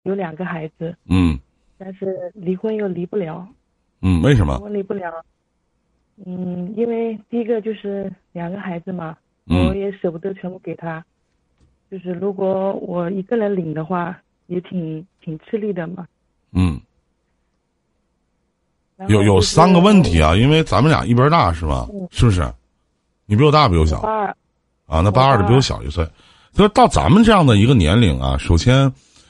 有2个孩子，但是离婚又离不了。 为什么？ 离婚离不了，因为第一个就是2个孩子嘛，我也舍不得全部给他，就是如果我一个人领的话，也挺吃力的嘛。 有3个问题啊，因为咱们俩一边大是吧？是不是？你比我大比我小 ？82 啊，那82的比我小1岁。所以到咱们这样的一个年龄啊，首先，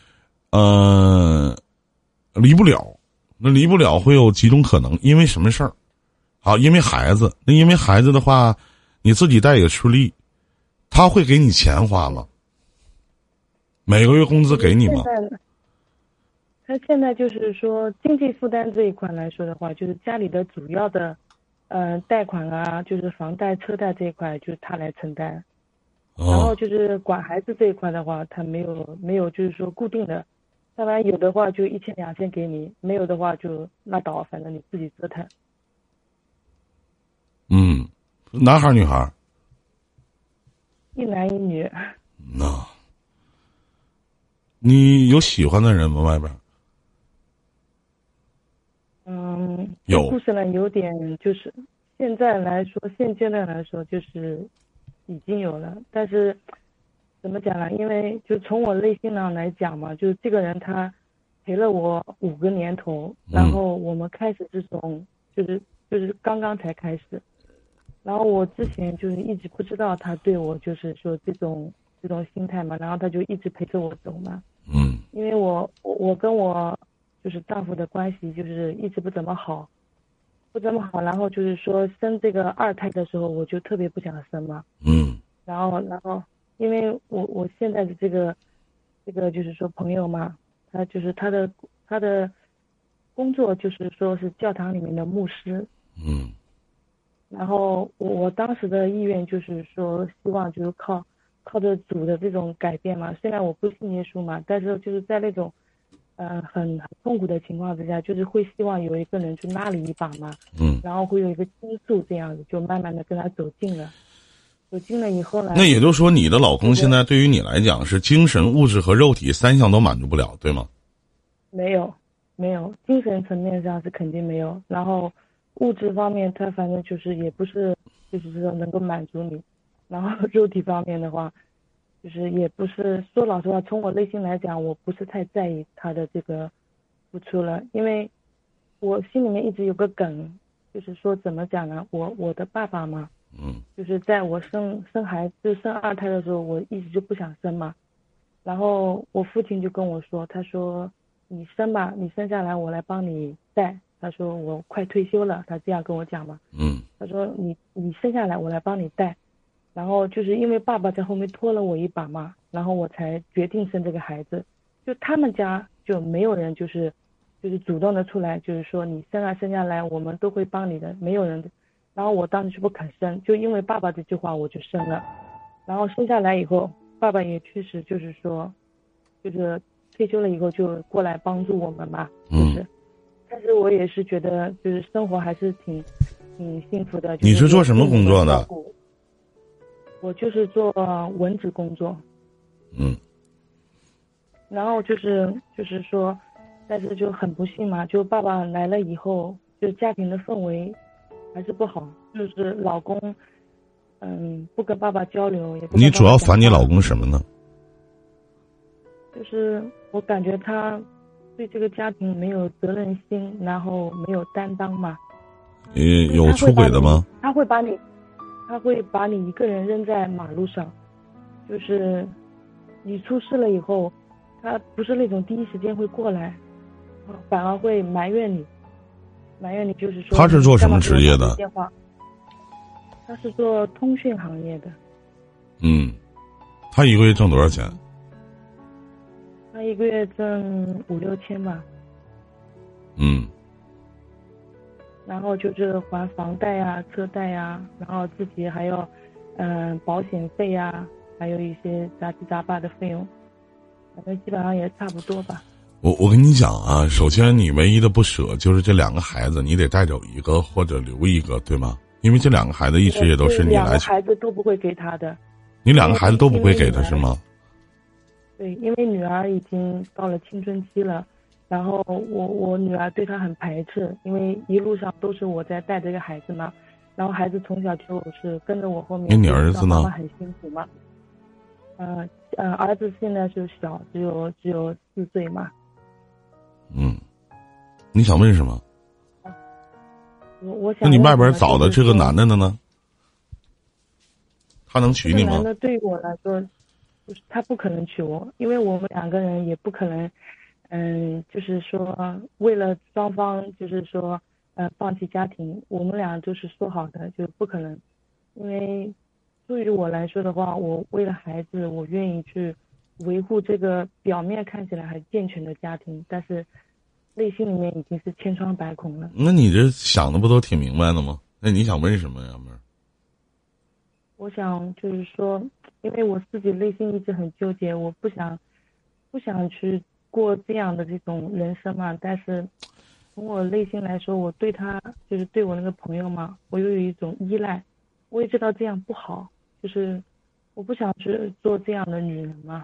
离不了。那离不了会有几种可能，因为什么事儿？好，因为孩子。那因为孩子的话，你自己带也吃力，他会给你钱花吗？每个月工资给你吗？ 他现在就是说经济负担这一块来说的话，就是家里的主要的，贷款啊，就是房贷、车贷这一块，就是他来承担。然后就是管孩子这一块的话，他没有就是说固定的，当然有的话就1000、2000给你，没有的话就拉倒，反正你自己折腾。 男孩女孩？ 一男一女。 你有喜欢的人吗？外边？有。 故事呢有点就是现阶段来说就是已经有了，但是怎么讲呢？因为就从我内心上来讲嘛，就是这个人他陪了我5个年头，然后我们开始这种就是刚刚才开始，然后我之前就是一直不知道他对我就是说这种心态嘛，然后他就一直陪着我走嘛。因为我跟我就是丈夫的关系就是一直不怎么好，然后就是说生这个2胎的时候，我就特别不想生嘛。然后因为我现在的这个就是说朋友嘛，他就是他的工作就是说是教堂里面的牧师。然后我当时的意愿就是说希望就是靠着主的这种改变嘛，虽然我不信耶稣嘛，但是就是在那种很痛苦的情况之下，就是会希望有一个人去拉你一把嘛。然后会有一个倾诉，这样子就慢慢的跟他走近了以后呢， 那也就是说你的老公现在对于你来讲是精神、物质和肉体3项都满足不了，对吗？ 没有，精神层面上是肯定没有，然后物质方面他反正就是也不是就是说能够满足你，然后肉体方面的话就是也不是，说老实话，从我内心来讲，我不是太在意他的这个付出了，因为我心里面一直有个梗，就是说怎么讲呢，我的爸爸嘛，就是在我生孩子生2胎的时候，我一直就不想生嘛，然后我父亲就跟我说，他说你生吧，你生下来我来帮你带，他说我快退休了，他这样跟我讲嘛。他说你生下来我来帮你带，然后就是因为爸爸在后面拖了我一把嘛，然后我才决定生这个孩子。就他们家就没有人就是主动的出来，就是说你生下来我们都会帮你的，没有人。然后我当时就不肯生，就因为爸爸这句话我就生了。然后生下来以后，爸爸也确实就是说就是退休了以后就过来帮助我们嘛，就是但是我也是觉得就是生活还是挺幸福的。 你是做什么工作的？ 我就是做文职工作。然后就是说，但是就很不幸嘛，就爸爸来了以后，就家庭的氛围还是不好，就是老公不跟爸爸交流，也不跟爸爸讲话。 你主要烦你老公什么呢？ 就是我感觉他对这个家庭没有责任心，然后没有担当嘛。 有出轨的吗？ 他会把你一个人扔在马路上，就是你出事了以后，他不是那种第一时间会过来，反而会埋怨你，就是说。 他是做什么职业的？ 他是做通讯行业的。 他一个月挣多少钱？ 他一个月挣5、6千吧。然后就是还房贷啊、车贷啊，然后自己还要保险费啊，还有一些杂七杂八的费用，反正基本上也差不多吧。 我跟你讲啊，首先你唯一的不舍就是这2个孩子，你得带走一个或者留一个，对吗？因为这2个孩子一直也都是你来。 2个孩子都不会给他的。 你2个孩子都不会给他是吗？ 对，因为女儿已经到了青春期了，然后我女儿对她很排斥，因为一路上都是我在带这个孩子嘛，然后孩子从小就是跟着我后面。 那你儿子呢？ 妈妈很辛苦嘛。儿子现在就小，只有4岁嘛。 你想问什么？ 我想。 那你外边找的这个男的呢？他能娶你吗？ 这个男的对于我来说，就是他不可能娶我，因为我们2个人也不可能，就是说为了双方就是说放弃家庭，我们俩都是说好的，就不可能。因为对于我来说的话，我为了孩子，我愿意去维护这个表面看起来还健全的家庭，但是内心里面已经是千疮百孔了。 那你这想的不都挺明白的吗？那你想问什么呀，妹儿？ 我想就是说，因为我自己内心一直很纠结，我不想去过这样的这种人生嘛。但是从我内心来说，我对他就是对我那个朋友嘛，我又有一种依赖。我也知道这样不好，就是我不想去做这样的女人嘛。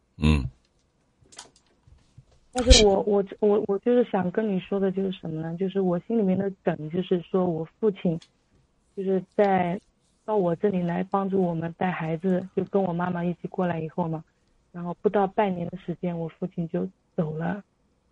但是我就是想跟你说的就是什么呢？就是我心里面的梗，就是说我父亲就是到我这里来帮助我们带孩子，就跟我妈妈一起过来以后嘛，然后不到半年的时间，我父亲就走了。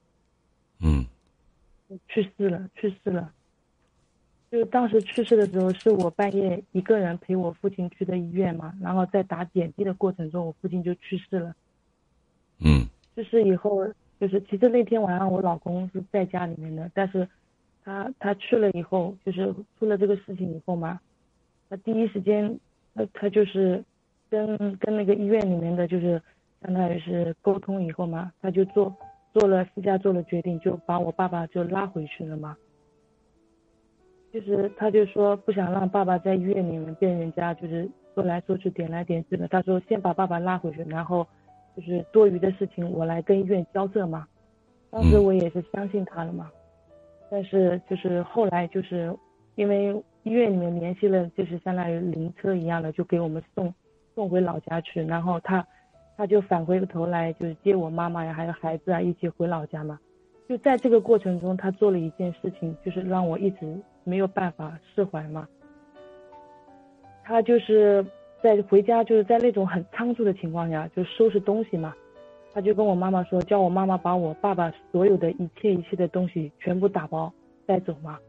去世了。就当时去世的时候，是我半夜一个人陪我父亲去的医院嘛，然后在打点滴的过程中，我父亲就去世了。去世以后，就是其实那天晚上我老公是在家里面的，但是他去了以后，就是出了这个事情以后嘛，他第一时间他就是跟那个医院里面的就是相当于是沟通以后嘛，他就私下做了决定，就把我爸爸就拉回去了嘛。就是他就说不想让爸爸在医院里面被人家就是说来说去点来点去的，他说先把爸爸拉回去，然后就是多余的事情我来跟医院交涉嘛。当时我也是相信他了嘛。但是就是后来就是因为医院里面联系了，就是相当于灵车一样的，就给我们送回老家去，然后他就返回头来就是接我妈妈呀还有孩子啊一起回老家嘛。就在这个过程中，他做了一件事情，就是让我一直没有办法释怀嘛。他就是在回家，就是在那种很仓促的情况下，就收拾东西嘛。他就跟我妈妈说，叫我妈妈把我爸爸所有的一切的东西全部打包带走嘛。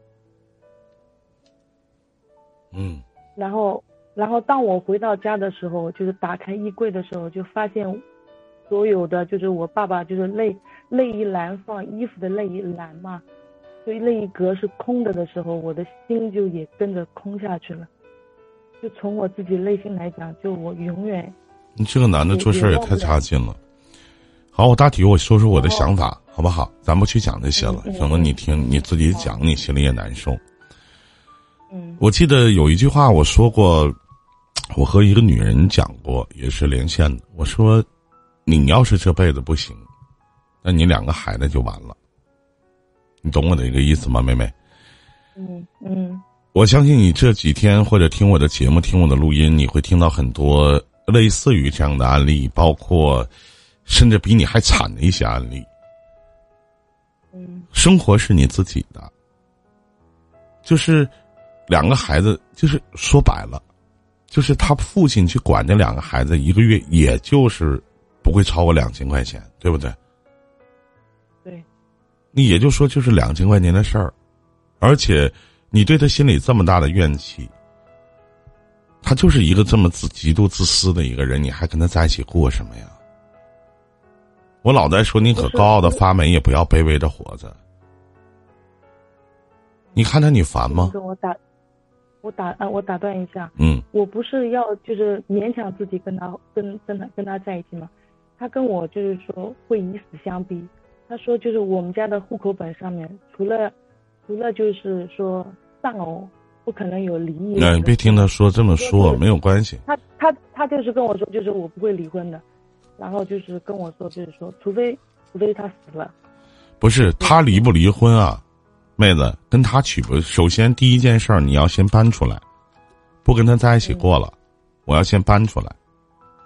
然后当我回到家的时候，就是打开衣柜的时候，就发现所有的就是我爸爸就是那一栏放衣服的那一栏嘛，所以那一格是空的时候，我的心就也跟着空下去了。就从我自己内心来讲，就我永远。 你这个男的做事也太差劲了。好，我大体我说说我的想法，好不好？咱不去讲这些了，省得你听你自己讲，你心里也难受。我记得有一句话我说过，我和一个女人讲过，也是连线的。我说，你要是这辈子不行，那你2个孩子就完了。你懂我的一个意思吗，妹妹？我相信你这几天或者听我的节目、听我的录音，你会听到很多类似于这样的案例，包括甚至比你还惨的一些案例。生活是你自己的，就是2个孩子，就是说白了，就是他父亲去管这2个孩子，1个月也就是不会超过2000块钱，对不对？ 对。 你也就说就是2000块钱的事儿，而且你对他心里这么大的怨气，他就是一个这么极度自私的一个人，你还跟他在一起过什么呀？我老在说你可高傲的发霉，也不要卑微的活着。你看他你烦吗？ 我打断一下。我不是要就是勉强自己跟他在一起嘛。他跟我就是说会以死相逼。他说就是我们家的户口本上面，除了就是说丧偶，不可能有离异。 你别听他说这么说，没有关系。 他就是跟我说，就是我不会离婚的。然后就是跟我说，就是说除非他死了。不是他离不离婚啊，妹子，跟他首先第一件事儿，你要先搬出来，不跟他在一起过了，我要先搬出来。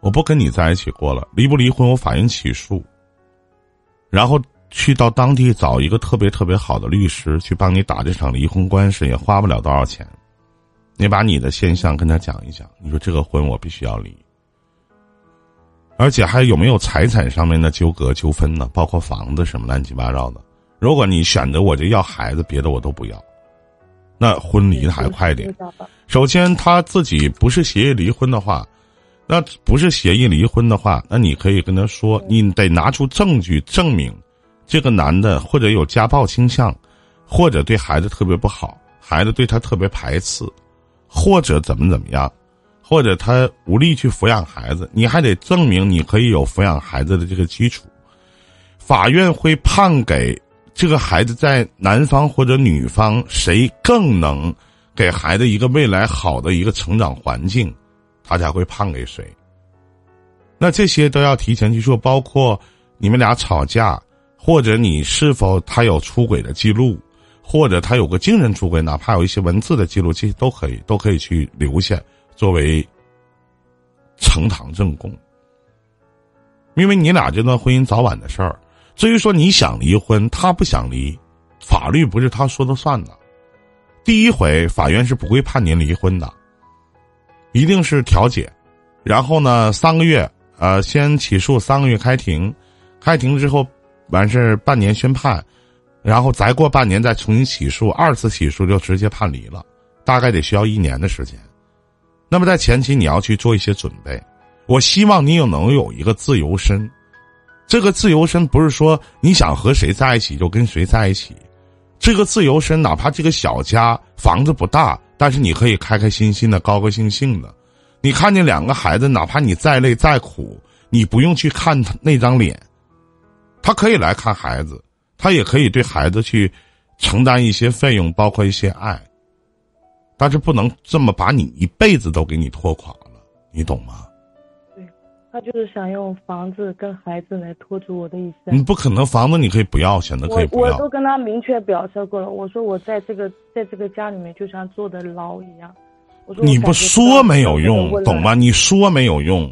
我不跟你在一起过了，离不离婚我法院起诉，然后去到当地找一个特别特别好的律师去帮你打这场离婚官司，也花不了多少钱。你把你的现象跟他讲一讲，你说这个婚我必须要离，而且还有没有财产上面的纠葛纠纷呢？包括房子什么乱七八糟的。如果你选择我就要孩子，别的我都不要，那婚离的还快点。首先他自己不是协议离婚的话，那你可以跟他说，你得拿出证据证明这个男的或者有家暴倾向，或者对孩子特别不好，孩子对他特别排斥，或者怎么样，或者他无力去抚养孩子，你还得证明你可以有抚养孩子的这个基础。法院会判给这个孩子在男方或者女方谁更能给孩子一个未来好的一个成长环境，他才会判给谁。那这些都要提前去说，包括你们俩吵架，或者你是否他有出轨的记录，或者他有个精神出轨，哪怕有一些文字的记录，这些都可以去留下作为呈堂证供。因为你俩这段婚姻早晚的事儿，至于说你想离婚他不想离，法律不是他说了算的。第一回法院是不会判您离婚的，一定是调解，然后呢3个月先起诉3个月开庭之后完事半年宣判，然后再过半年再重新起诉，2次起诉就直接判离了，大概得需要1年的时间。那么在前期你要去做一些准备，我希望你能有一个自由身。这个自由身不是说你想和谁在一起就跟谁在一起，这个自由身哪怕这个小家房子不大，但是你可以开开心心的高高兴兴的。你看见2个孩子，哪怕你再累再苦，你不用去看他那张脸，他可以来看孩子，他也可以对孩子去承担一些费用，包括一些爱，但是不能这么把你一辈子都给你拖垮了，你懂吗？ 他就是想用房子跟孩子来拖住我的一生。 你不可能，房子你可以不要，选择可以不要。 我都跟他明确表示过了，我说我在这个家里面就像坐的牢一样。我说你不说没有用，懂吗？你说没有用。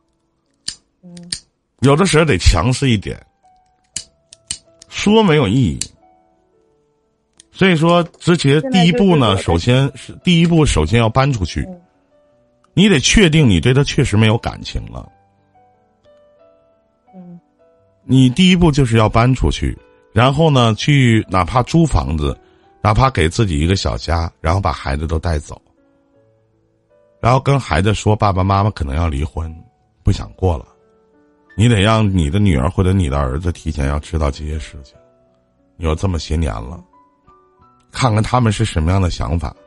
有的时候得强势一点，说没有意义。所以说，之前第一步呢，首先要搬出去。你得确定你对他确实没有感情了。你第一步就是要搬出去，然后呢，去哪怕租房子，哪怕给自己一个小家，然后把孩子都带走，然后跟孩子说爸爸妈妈可能要离婚，不想过了。你得让你的女儿或者你的儿子提前要知道这些事情。有这么些年了，看看他们是什么样的想法。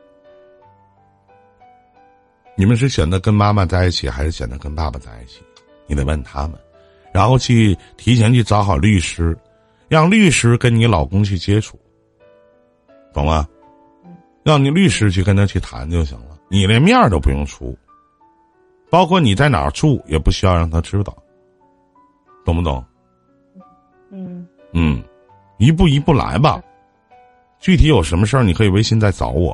你们是选择跟妈妈在一起还是选择跟爸爸在一起，你得问他们，然后去提前去找好律师，让律师跟你老公去接触，懂吗？让你律师去跟他去谈就行了，你连面都不用出，包括你在哪儿住也不需要让他知道，懂不懂？一步一步来吧。具体有什么事儿你可以微信再找我，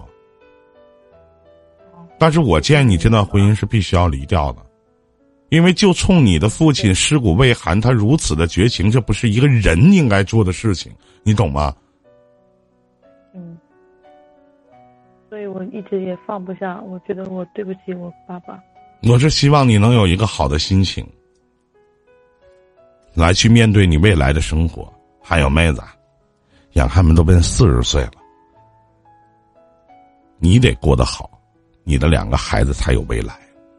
但是我建议你这段婚姻是必须要离掉的，因为就冲你的父亲尸骨未寒，他如此的绝情，这不是一个人应该做的事情，你懂吗？ 所以我一直也放不下，我觉得我对不起我爸爸。 我是希望你能有一个好的心情来去面对你未来的生活。还有妹子，眼看们都奔40岁了，你得过得好，你的2个孩子才有未来。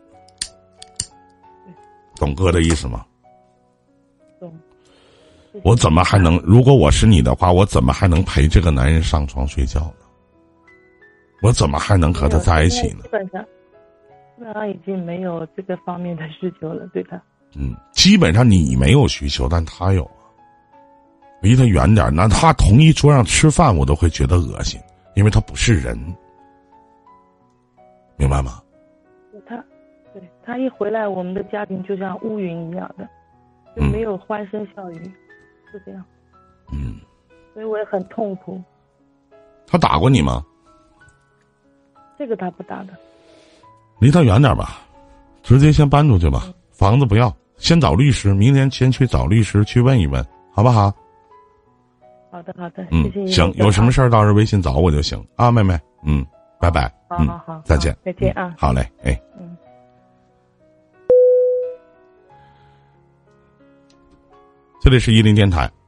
懂哥的意思吗？ 懂。 我怎么还能，如果我是你的话，我怎么还能陪这个男人上床睡觉呢？我怎么还能和他在一起呢？ 基本上已经没有这个方面的需求了，对他。 基本上你没有需求，但他有啊。离他远点，那他同一桌上吃饭我都会觉得恶心，因为他不是人，明白吗？ 他一回来，我们的家庭就像乌云一样的，就没有欢声笑语，是这样。所以我也很痛苦。 他打过你吗？ 这个他不打的。 离他远点吧，直接先搬出去吧。 房子不要，先找律师，明天先去找律师去问一问，好不好？ 好的，好的， 嗯， 谢谢。 行，有什么事儿到时候微信找我就行啊，妹妹。嗯，拜拜。 好好好， 再见。 再见啊。 好嘞，哎。这里是10电台，